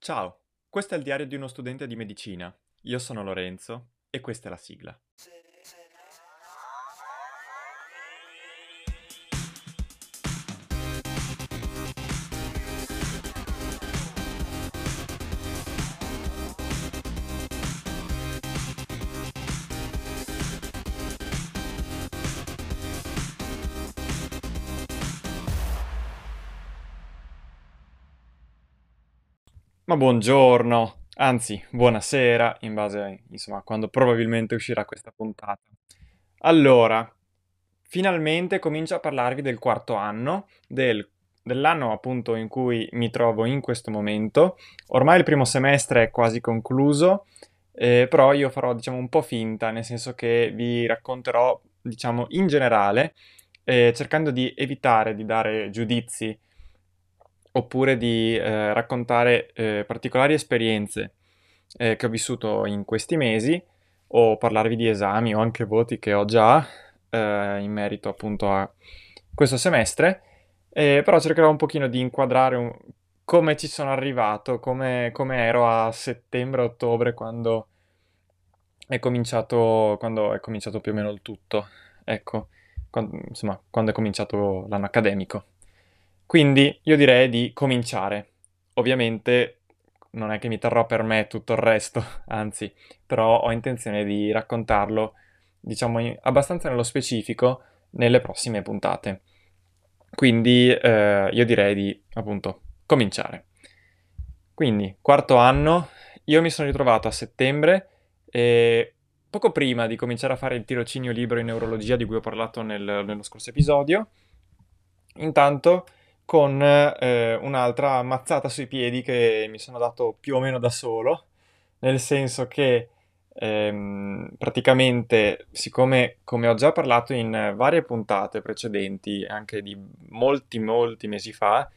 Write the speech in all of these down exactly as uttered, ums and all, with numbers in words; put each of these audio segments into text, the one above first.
Ciao, questo è il diario di uno studente di medicina. Io sono Lorenzo e questa è la sigla. Ma buongiorno, anzi, buonasera, in base a, insomma, a quando probabilmente uscirà questa puntata. Allora, finalmente comincio a parlarvi del quarto anno, del- dell'anno appunto in cui mi trovo in questo momento. Ormai il primo semestre è quasi concluso, eh, però io farò, diciamo, un po' finta, nel senso che vi racconterò, diciamo, in generale, eh, cercando di evitare di dare giudizi oppure di eh, raccontare eh, particolari esperienze eh, che ho vissuto in questi mesi o parlarvi di esami o anche voti che ho già eh, in merito appunto a questo semestre, eh, però cercherò un pochino di inquadrare un- come ci sono arrivato, come, come ero a settembre-ottobre quando è cominciato, quando è cominciato più o meno il tutto, ecco, quan- insomma, quando è cominciato l'anno accademico. Quindi io direi di cominciare. Ovviamente non è che mi terrò per me tutto il resto, anzi, però ho intenzione di raccontarlo, diciamo, in- abbastanza nello specifico nelle prossime puntate. Quindi eh, io direi di, appunto, cominciare. Quindi, quarto anno, io mi sono ritrovato a settembre e poco prima di cominciare a fare il tirocinio libero in neurologia di cui ho parlato nel- nello scorso episodio, intanto con eh, un'altra mazzata sui piedi che mi sono dato più o meno da solo, nel senso che ehm, praticamente, siccome come ho già parlato in varie puntate precedenti, anche di molti molti mesi fa,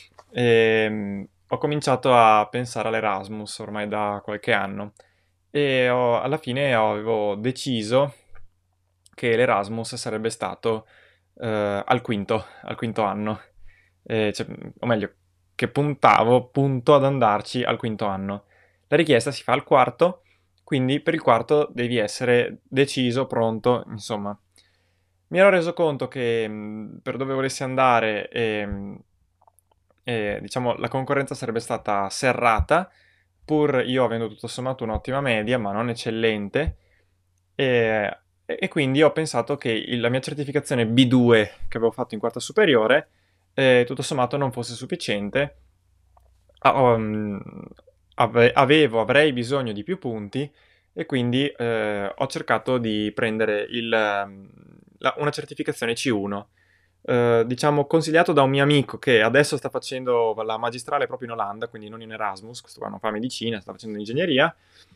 ehm, ho cominciato a pensare all'Erasmus ormai da qualche anno e ho- alla fine avevo deciso che l'Erasmus sarebbe stato eh, al quinto, al quinto anno. Eh, cioè, o meglio, che puntavo, punto ad andarci al quinto anno. La richiesta si fa al quarto, quindi per il quarto devi essere deciso, pronto, insomma. Mi ero reso conto che mh, per dove volessi andare, ehm, eh, diciamo, la concorrenza sarebbe stata serrata, pur io avendo tutto sommato un'ottima media, ma non eccellente, e, e quindi ho pensato che il- la mia certificazione B due che avevo fatto in quarta superiore, eh, tutto sommato non fosse sufficiente. Ah, ho, mm, ave- avevo, avrei bisogno di più punti e quindi eh, ho cercato di prendere il, ehm, la- una certificazione C uno. Eh, diciamo consigliato da un mio amico che adesso sta facendo la magistrale proprio in Olanda, quindi non in Erasmus, questo qua non fa medicina, sta facendo ingegneria,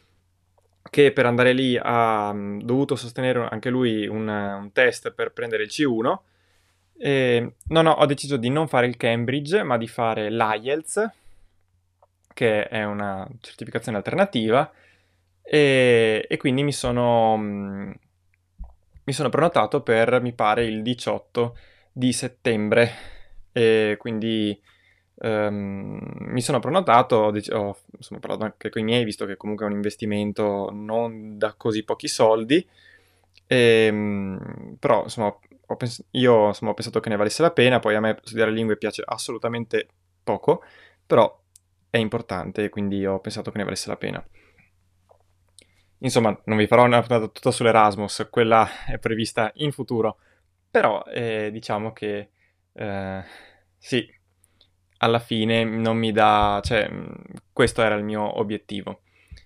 che per andare lì ha mm, dovuto sostenere anche lui un, un test per prendere il C uno. E, no, no, ho deciso di non fare il Cambridge, ma di fare l'I E L T S, che è una certificazione alternativa, e, e quindi mi sono, mm, mi sono prenotato per, mi pare, il diciotto di settembre. E quindi ehm, mi sono prenotato, ho, dec- ho, insomma, parlato anche con i miei, visto che comunque è un investimento non da così pochi soldi. Ehm, però insomma, ho pens- io insomma, ho pensato che ne valesse la pena, poi a me studiare lingue piace assolutamente poco, però è importante, quindi ho pensato che ne valesse la pena. Insomma, non vi farò una puntata tutta sull'Erasmus, quella è prevista in futuro, però eh, diciamo che eh, sì, alla fine non mi dà, cioè, mh, questo era il mio obiettivo.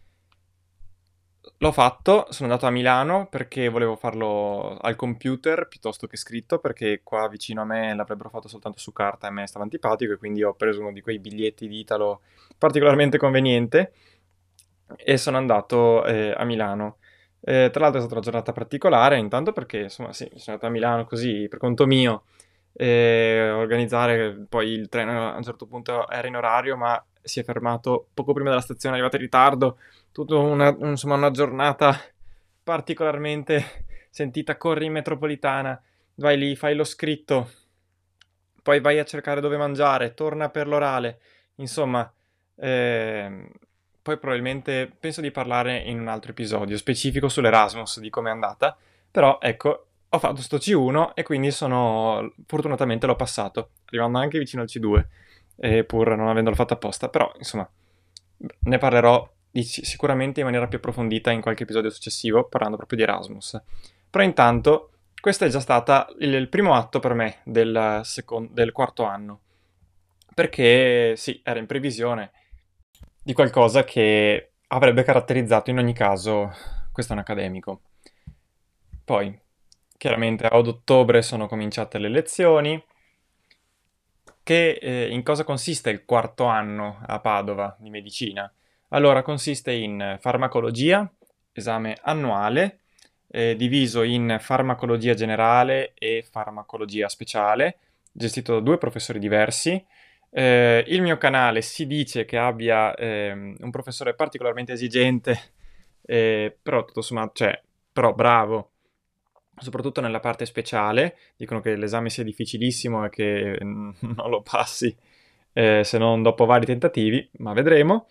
L'ho fatto, sono andato a Milano perché volevo farlo al computer piuttosto che scritto, perché qua vicino a me l'avrebbero fatto soltanto su carta e a me stava antipatico e quindi ho preso uno di quei biglietti di Italo particolarmente conveniente e sono andato eh, a Milano. Eh, tra l'altro è stata una giornata particolare, intanto perché insomma sì, sono andato a Milano così per conto mio, eh, organizzare poi il treno a un certo punto era in orario ma si è fermato poco prima della stazione, è arrivato in ritardo, tutta una, insomma, una giornata particolarmente sentita, corri in metropolitana, vai lì, fai lo scritto, poi vai a cercare dove mangiare, torna per l'orale, insomma, Ehm, poi probabilmente penso di parlare in un altro episodio specifico sull'Erasmus, di com'è andata, però ecco, ho fatto sto C uno e quindi sono, fortunatamente l'ho passato, arrivando anche vicino al C due, eh, pur non avendolo fatto apposta, però insomma ne parlerò di- sicuramente in maniera più approfondita in qualche episodio successivo, parlando proprio di Erasmus. Però intanto, questo è già stato il, il primo atto per me del, secon- del quarto anno, perché sì, era in previsione di qualcosa che avrebbe caratterizzato in ogni caso quest'anno accademico. Poi, chiaramente ad ottobre sono cominciate le lezioni. Che, eh, in cosa consiste il quarto anno a Padova di medicina? Allora, consiste in farmacologia, esame annuale, eh, diviso in farmacologia generale e farmacologia speciale, gestito da due professori diversi. Eh, il mio canale si dice che abbia ehm, un professore particolarmente esigente, eh, però tutto sommato, cioè, però bravo, soprattutto nella parte speciale. Dicono che l'esame sia difficilissimo e che mm, non lo passi eh, se non dopo vari tentativi, ma vedremo.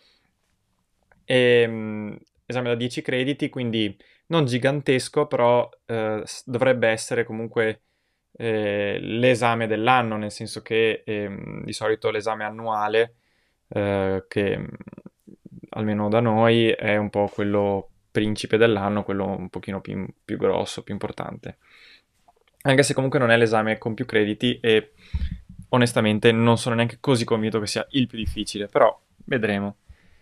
E, esame da dieci crediti, quindi non gigantesco, però eh, s- dovrebbe essere comunque eh, l'esame dell'anno, nel senso che ehm, di solito l'esame annuale, eh, che mm, almeno da noi è un po' quello principe dell'anno, quello un pochino più, più grosso, più importante. Anche se comunque non è l'esame con più crediti e onestamente non sono neanche così convinto che sia il più difficile, però vedremo.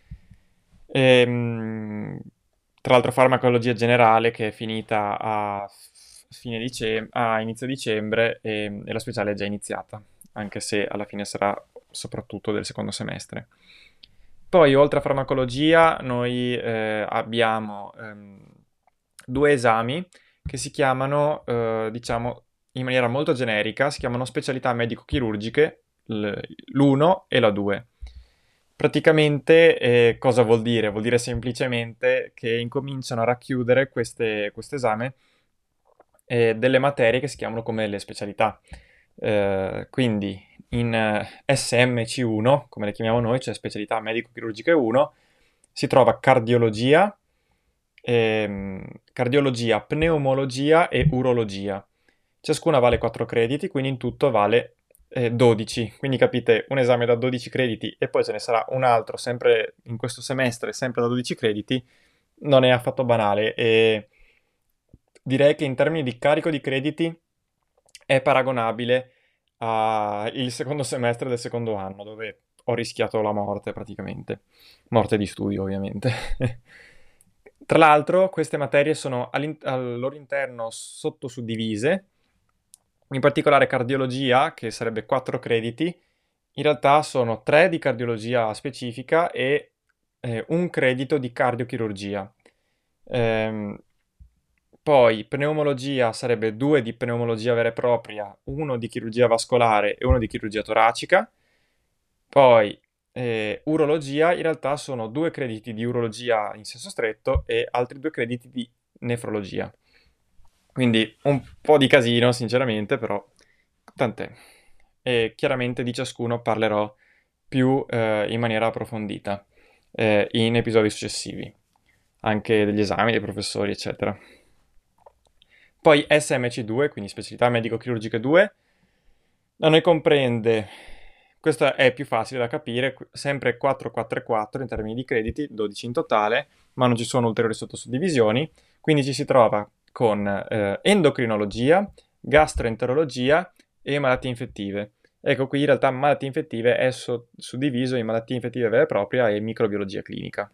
Ehm, Tra l'altro farmacologia generale che è finita a f- fine dicem- a inizio dicembre e, e la speciale è già iniziata, anche se alla fine sarà soprattutto del secondo semestre. Poi, oltre a farmacologia, noi eh, abbiamo ehm, due esami che si chiamano, eh, diciamo, in maniera molto generica, si chiamano specialità medico-chirurgiche, l'uno e la due. Praticamente, eh, cosa vuol dire? Vuol dire semplicemente che incominciano a racchiudere queste- questo esame eh, delle materie che si chiamano come le specialità. Eh, quindi in eh, S M C uno, come le chiamiamo noi, cioè specialità medico-chirurgiche uno, si trova cardiologia, ehm, cardiologia, pneumologia e urologia. Ciascuna vale quattro crediti, quindi in tutto vale eh, dodici. Quindi capite, un esame da dodici crediti e poi ce ne sarà un altro sempre in questo semestre, sempre da dodici crediti, non è affatto banale. E direi che in termini di carico di crediti è paragonabile al secondo semestre del secondo anno, dove ho rischiato la morte praticamente. Morte di studio, ovviamente. Tra l'altro, queste materie sono all'in- al loro interno sottosuddivise, in particolare cardiologia, che sarebbe quattro crediti, in realtà sono tre di cardiologia specifica e eh, un credito di cardiochirurgia. Ehm, Poi pneumologia sarebbe due di pneumologia vera e propria, uno di chirurgia vascolare e uno di chirurgia toracica. Poi eh, urologia in realtà sono due crediti di urologia in senso stretto e altri due crediti di nefrologia. Quindi un po' di casino, sinceramente, però tant'è. E chiaramente di ciascuno parlerò più eh, in maniera approfondita eh, in episodi successivi, anche degli esami dei professori, eccetera. Poi S M C due, quindi specialità medico-chirurgiche due, da noi comprende, questo è più facile da capire, qu- sempre quattro, quattro e quattro in termini di crediti, dodici in totale, ma non ci sono ulteriori sottosuddivisioni, quindi ci si trova con eh, endocrinologia, gastroenterologia e malattie infettive. Ecco, qui in realtà malattie infettive è so- suddiviso in malattie infettive vere e proprie e microbiologia clinica.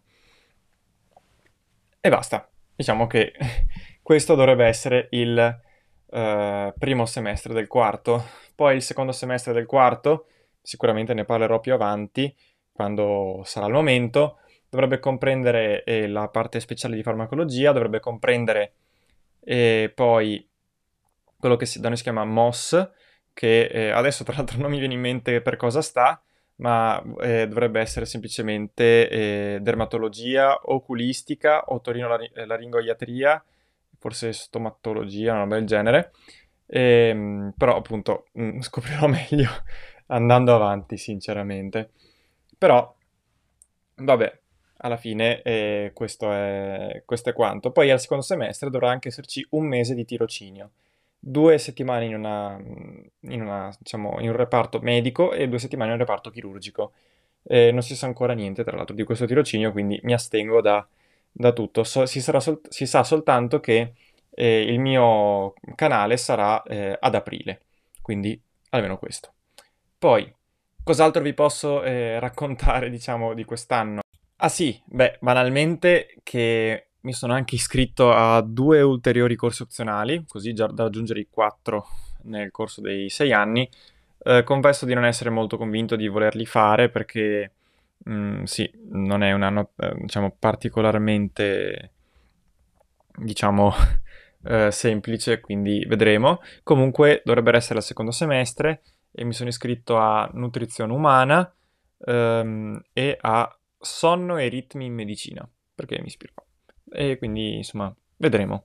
E basta. Diciamo che questo dovrebbe essere il eh, primo semestre del quarto. Poi il secondo semestre del quarto, sicuramente ne parlerò più avanti, quando sarà il momento, dovrebbe comprendere eh, la parte speciale di farmacologia, dovrebbe comprendere eh, poi quello che si- da noi si chiama M O S, che eh, adesso tra l'altro non mi viene in mente per cosa sta, ma eh, dovrebbe essere semplicemente eh, dermatologia, oculistica, otorinolaringoiatria, forse stomatologia, una roba del genere. Ehm, però appunto mm, scoprirò meglio andando avanti, sinceramente. Però Vabbè, alla fine eh, questo è, questo è quanto. Poi al secondo semestre dovrà anche esserci un mese di tirocinio, due settimane in una, in una, diciamo, in un reparto medico e due settimane in un reparto chirurgico. Eh, non si sa ancora niente, tra l'altro, di questo tirocinio, quindi mi astengo da, da tutto. So- si, sarà sol- si sa soltanto che eh, il mio canale sarà eh, ad aprile, quindi almeno questo. Poi, cos'altro vi posso eh, raccontare, diciamo, di quest'anno? Ah sì, beh, banalmente che mi sono anche iscritto a due ulteriori corsi opzionali, così già da raggiungere i quattro nel corso dei sei anni. Eh, confesso di non essere molto convinto di volerli fare perché, mm, sì, non è un anno, eh, diciamo, particolarmente, diciamo, eh, semplice, quindi vedremo. Comunque dovrebbe essere il secondo semestre e mi sono iscritto a nutrizione umana ehm, e a sonno e ritmi in medicina, perché mi ispirò. E quindi, insomma, vedremo.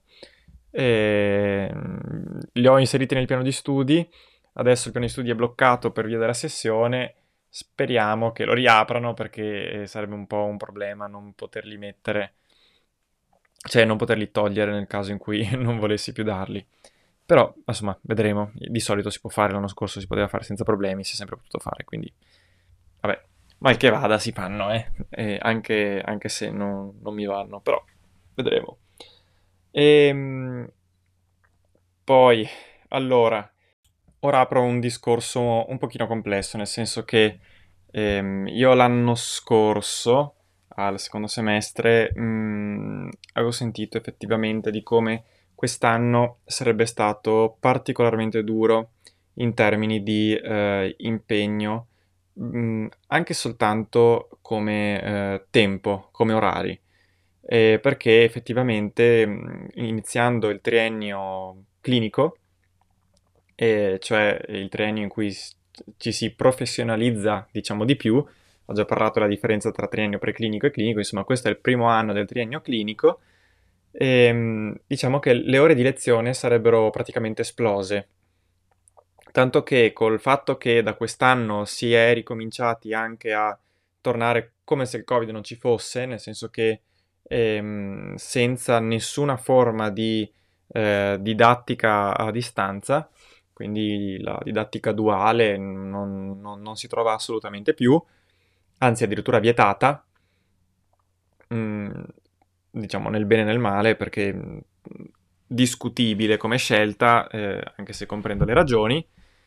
Ehm, li ho inseriti nel piano di studi, adesso il piano di studi è bloccato per via della sessione, speriamo che lo riaprano perché sarebbe un po' un problema non poterli mettere, cioè non poterli togliere nel caso in cui non volessi più darli. Però, insomma, vedremo. Di solito si può fare, l'anno scorso si poteva fare senza problemi, si è sempre potuto fare, quindi vabbè, mal che vada si fanno, eh. E anche, anche se non, non mi vanno, però vedremo. Ehm, Poi, allora, ora apro un discorso un pochino complesso, nel senso che ehm, io l'anno scorso, al secondo semestre, mh, avevo sentito effettivamente di come quest'anno sarebbe stato particolarmente duro in termini di eh, impegno, mh, anche soltanto come eh, tempo, come orari. Eh, perché effettivamente mh, iniziando il triennio clinico, e cioè il triennio in cui s- ci si professionalizza, diciamo, di più. Ho già parlato della differenza tra triennio preclinico e clinico, insomma, questo è il primo anno del triennio clinico. E, mh, diciamo che le ore di lezione sarebbero praticamente esplose. Tanto che col fatto che da quest'anno si è ricominciati anche a tornare come se il Covid non ci fosse, nel senso che ehm, senza nessuna forma di eh, didattica a distanza, quindi la didattica duale non, non- non si trova assolutamente più, anzi addirittura vietata, mm, diciamo nel bene e nel male, perché mm, discutibile come scelta, eh, anche se comprendo le ragioni.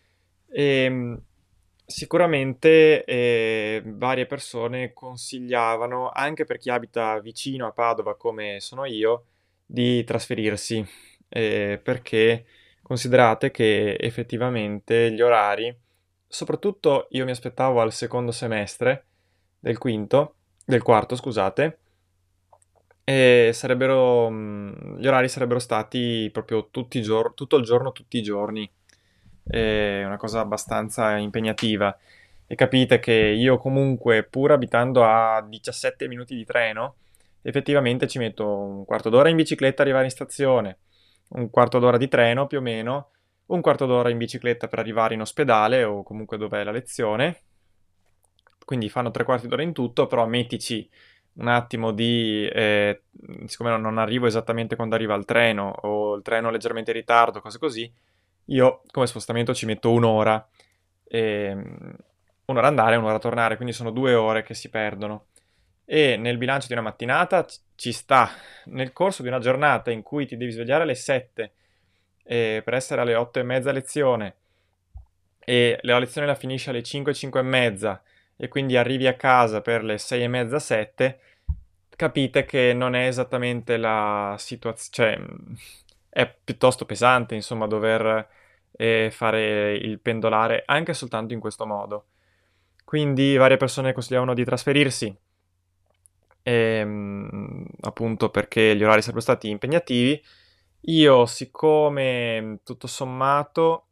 E, sicuramente eh, varie persone consigliavano, anche per chi abita vicino a Padova come sono io, di trasferirsi, eh, perché considerate che effettivamente gli orari, soprattutto io mi aspettavo al secondo semestre del quinto, del quarto, scusate, e sarebbero, mh, gli orari sarebbero stati proprio tutti i gior- tutto il giorno, tutti i giorni. È una cosa abbastanza impegnativa. E capite che io comunque, pur abitando a diciassette minuti di treno, effettivamente ci metto un quarto d'ora in bicicletta ad arrivare in stazione, un quarto d'ora di treno più o meno, un quarto d'ora in bicicletta per arrivare in ospedale o comunque dove è la lezione. Quindi fanno tre quarti d'ora in tutto, però mettici un attimo di, eh, siccome non non arrivo esattamente quando arriva il treno o il treno è leggermente in ritardo, cose così, io come spostamento ci metto un'ora, ehm, un'ora andare e un'ora tornare, quindi sono due ore che si perdono. E nel bilancio di una mattinata c- ci sta, nel corso di una giornata in cui ti devi svegliare alle sette eh, per essere alle otto e mezza a lezione e la lezione la finisci alle cinque, cinque e mezza e quindi arrivi a casa per le sei e mezza, sette, capite che non è esattamente la situazione, cioè mh, è piuttosto pesante, insomma, dover eh, fare il pendolare anche soltanto in questo modo. Quindi varie persone consigliavano di trasferirsi, ehm, appunto perché gli orari sarebbero stati impegnativi. Io, siccome tutto sommato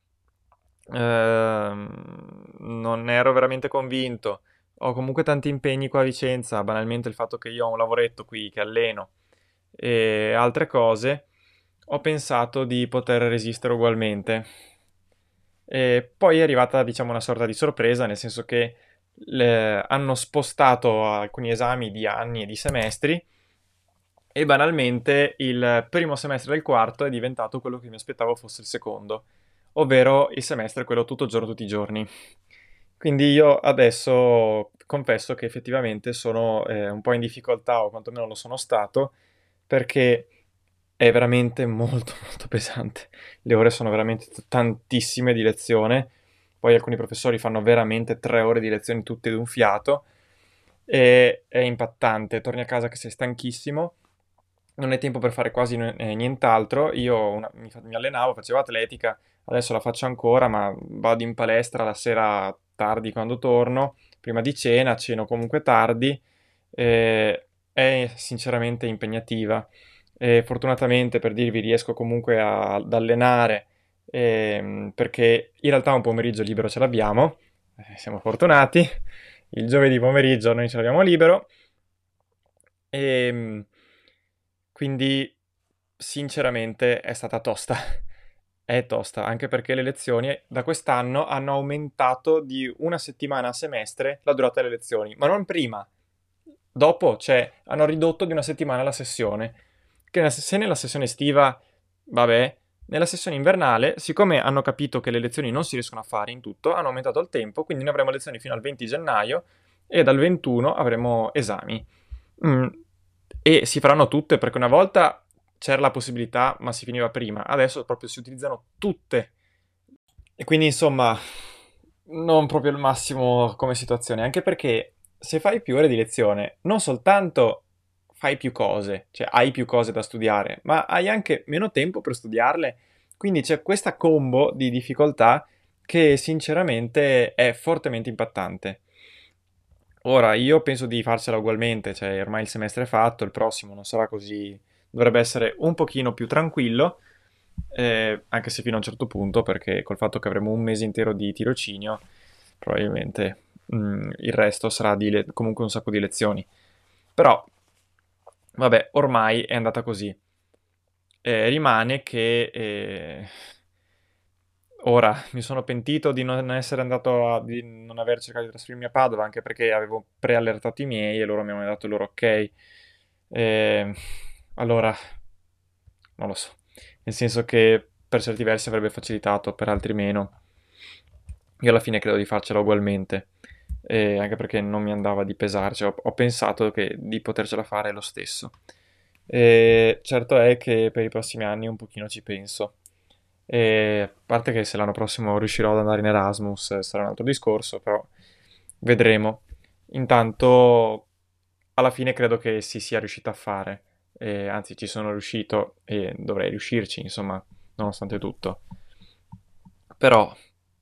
Ehm, non ero veramente convinto. Ho comunque tanti impegni qua a Vicenza, banalmente il fatto che io ho un lavoretto qui che alleno e altre cose. Ho pensato di poter resistere ugualmente. E poi è arrivata, diciamo, una sorta di sorpresa, nel senso che le- hanno spostato alcuni esami di anni e di semestri e banalmente il primo semestre del quarto è diventato quello che mi aspettavo fosse il secondo, ovvero il semestre quello tutto il giorno, tutti i giorni. Quindi io adesso confesso che effettivamente sono eh, un po' in difficoltà, o quantomeno lo sono stato, perché è veramente molto molto pesante. Le ore sono veramente t- tantissime di lezione, poi alcuni professori fanno veramente tre ore di lezioni tutte d'un fiato, e è impattante. Torni a casa che sei stanchissimo, non hai tempo per fare quasi n- eh, nient'altro. Io una- mi, fa- mi allenavo, facevo atletica, adesso la faccio ancora, ma vado in palestra la sera tardi quando torno, prima di cena, ceno comunque tardi, eh, è sinceramente impegnativa. E fortunatamente, per dirvi, riesco comunque a- ad allenare, ehm, perché in realtà un pomeriggio libero ce l'abbiamo, eh, siamo fortunati, il giovedì pomeriggio noi ce l'abbiamo libero, e quindi sinceramente è stata tosta. È tosta, anche perché le lezioni da quest'anno hanno aumentato di una settimana a semestre la durata delle lezioni, ma non prima. Dopo, cioè, hanno ridotto di una settimana la sessione. Che nella- se nella sessione estiva, vabbè, nella sessione invernale, siccome hanno capito che le lezioni non si riescono a fare in tutto, hanno aumentato il tempo, quindi noi avremo lezioni fino al venti gennaio e dal ventuno avremo esami. Mm, E si faranno tutte perché una volta c'era la possibilità, ma si finiva prima. Adesso proprio si utilizzano tutte. E quindi, insomma, non proprio il massimo come situazione, anche perché se fai più ore di lezione, non soltanto fai più cose, cioè hai più cose da studiare, ma hai anche meno tempo per studiarle. Quindi c'è questa combo di difficoltà che sinceramente è fortemente impattante. Ora, io penso di farcela ugualmente, cioè ormai il semestre è fatto, il prossimo non sarà così, dovrebbe essere un pochino più tranquillo, eh, anche se fino a un certo punto, perché col fatto che avremo un mese intero di tirocinio, probabilmente mm, il resto sarà di le- comunque un sacco di lezioni. Però, vabbè, ormai è andata così. Eh, rimane che eh, ora mi sono pentito di non essere andato a, di non aver cercato di trasferirmi a Padova, anche perché avevo preallertato i miei e loro mi avevano dato il loro ok. Eh, allora, non lo so. Nel senso che per certi versi avrebbe facilitato, per altri meno. Io alla fine credo di farcela ugualmente, eh, anche perché non mi andava di pesarci, ho, ho pensato che di potercela fare lo stesso. E certo è che per i prossimi anni un pochino ci penso. E a parte che se l'anno prossimo riuscirò ad andare in Erasmus eh, sarà un altro discorso, però vedremo. Intanto, alla fine credo che si sia riuscito a fare, e anzi ci sono riuscito e dovrei riuscirci, insomma, nonostante tutto. Però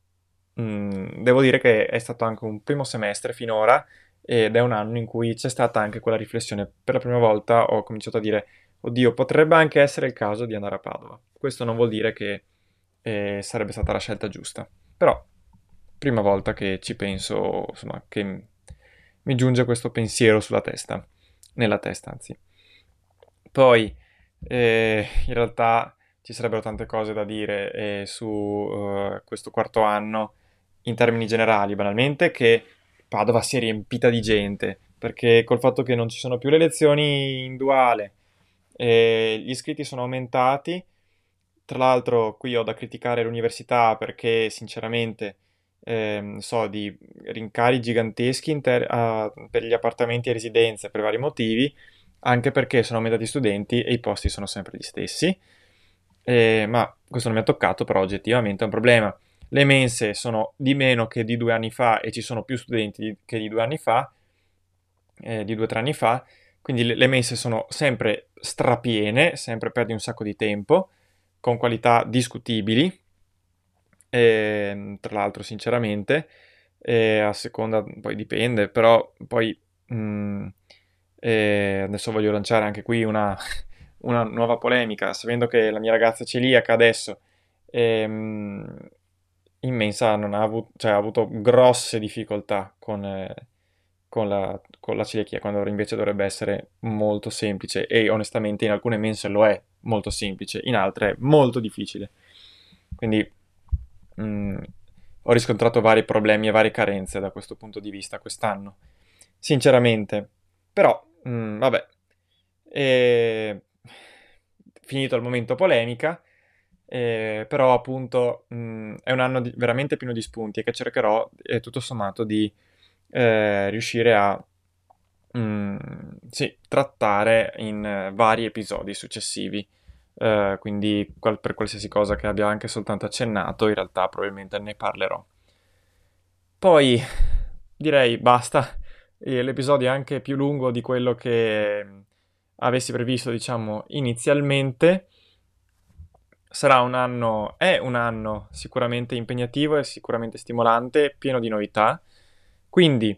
mm, devo dire che è stato anche un primo semestre finora ed è un anno in cui c'è stata anche quella riflessione. Per la prima volta ho cominciato a dire, oddio, potrebbe anche essere il caso di andare a Padova. Questo non vuol dire che eh, sarebbe stata la scelta giusta, però prima volta che ci penso, insomma, che m- mi giunge questo pensiero sulla testa, nella testa, anzi. Poi, eh, in realtà ci sarebbero tante cose da dire eh, su eh, questo quarto anno in termini generali, banalmente, che Padova si è riempita di gente, perché col fatto che non ci sono più le lezioni in duale, e gli iscritti sono aumentati. Tra l'altro, qui ho da criticare l'università perché, sinceramente, ehm, so di rincari giganteschi in ter- a- per gli appartamenti e residenze per vari motivi, anche perché sono aumentati gli studenti e i posti sono sempre gli stessi. Eh, ma questo non mi ha toccato, però oggettivamente è un problema. Le mense sono di meno che di due anni fa e ci sono più studenti che di due anni fa, eh, di due o tre anni fa, quindi le, le mense sono sempre strapiene, sempre perdi un sacco di tempo, con qualità discutibili, ehm, tra l'altro sinceramente, e a seconda poi dipende, però poi mh, eh, adesso voglio lanciare anche qui una, una nuova polemica, sapendo che la mia ragazza è celiaca adesso, ehm, in mensa non ha avuto, cioè, ha avuto grosse difficoltà con, eh, con la, con la celiachia, quando invece dovrebbe essere molto semplice e onestamente in alcune mense lo è molto semplice, in altre è molto difficile. Quindi, mh, ho riscontrato vari problemi e varie carenze da questo punto di vista quest'anno, sinceramente. Però, mm, vabbè, e... finito il momento polemica, eh, però appunto mh, è un anno di- veramente pieno di spunti e che cercherò, eh, tutto sommato, di eh, riuscire a mm, sì, trattare in eh, vari episodi successivi. Eh, quindi qual- per qualsiasi cosa che abbia anche soltanto accennato, in realtà probabilmente ne parlerò. Poi direi basta. E l'episodio è anche più lungo di quello che mh, avessi previsto, diciamo, inizialmente. Sarà un anno, è un anno sicuramente impegnativo e sicuramente stimolante, pieno di novità. Quindi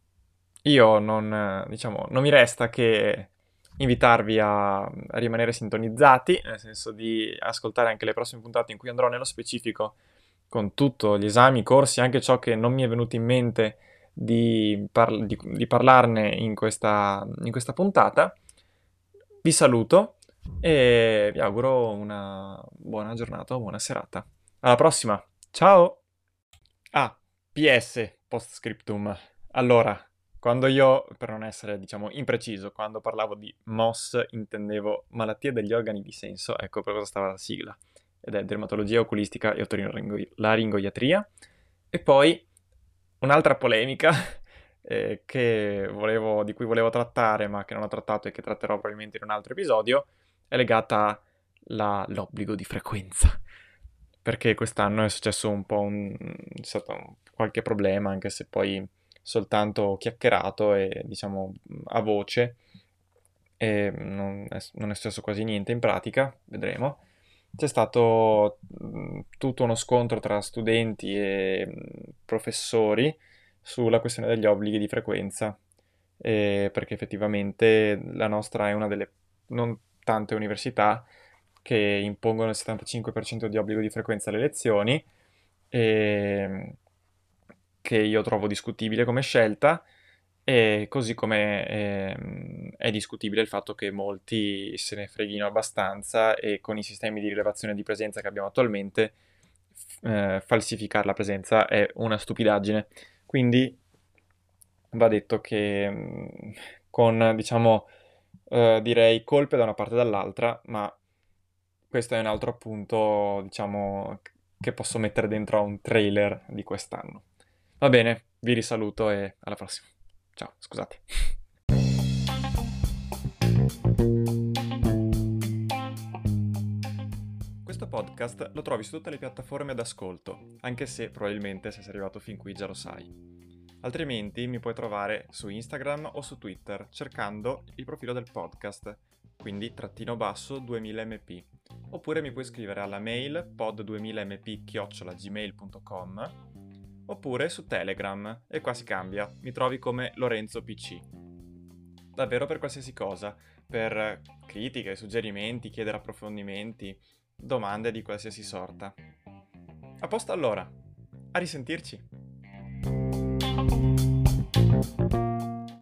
io non, eh, diciamo, non mi resta che invitarvi a, a rimanere sintonizzati, nel senso di ascoltare anche le prossime puntate in cui andrò nello specifico con tutto, gli esami, i corsi, anche ciò che non mi è venuto in mente di, par- di- di parlarne in questa, in questa puntata. Vi saluto e vi auguro una buona giornata o buona serata. Alla prossima, ciao! Ah, P S, post scriptum. Allora, quando io, per non essere, diciamo, impreciso, quando parlavo di M O S intendevo malattie degli organi di senso, ecco per cosa stava la sigla, ed è dermatologia oculistica e otorinolaringoiatria. E poi un'altra polemica eh, che volevo, di cui volevo trattare, ma che non ho trattato e che tratterò probabilmente in un altro episodio, è legata all'obbligo di frequenza. Perché quest'anno è successo un po' un, c'è stato un- qualche problema, anche se poi soltanto chiacchierato e diciamo a voce, e non è, non è successo quasi niente in pratica, vedremo. C'è stato mh, tutto uno scontro tra studenti e mh, professori sulla questione degli obblighi di frequenza, eh, perché effettivamente la nostra è una delle non tante università che impongono il settantacinque per cento di obbligo di frequenza alle lezioni, e che io trovo discutibile come scelta, e così come ehm, è discutibile il fatto che molti se ne freghino abbastanza e con i sistemi di rilevazione di presenza che abbiamo attualmente f- eh, falsificare la presenza è una stupidaggine. Quindi va detto che mh, con, diciamo, eh, direi colpe da una parte e dall'altra, ma questo è un altro appunto, diciamo, c- che posso mettere dentro a un trailer di quest'anno. Va bene, vi risaluto e alla prossima. Ciao, scusate. Questo podcast lo trovi su tutte le piattaforme d'ascolto, anche se probabilmente se sei arrivato fin qui già lo sai. Altrimenti mi puoi trovare su Instagram o su Twitter cercando il profilo del podcast, quindi trattino basso duemila m p. Oppure mi puoi scrivere alla mail pod duemila m p chiocciola gmail punto com, oppure su Telegram, e qua si cambia, mi trovi come Lorenzo P C. Davvero per qualsiasi cosa, per critiche, suggerimenti, chiedere approfondimenti, domande di qualsiasi sorta. A posto allora, a risentirci!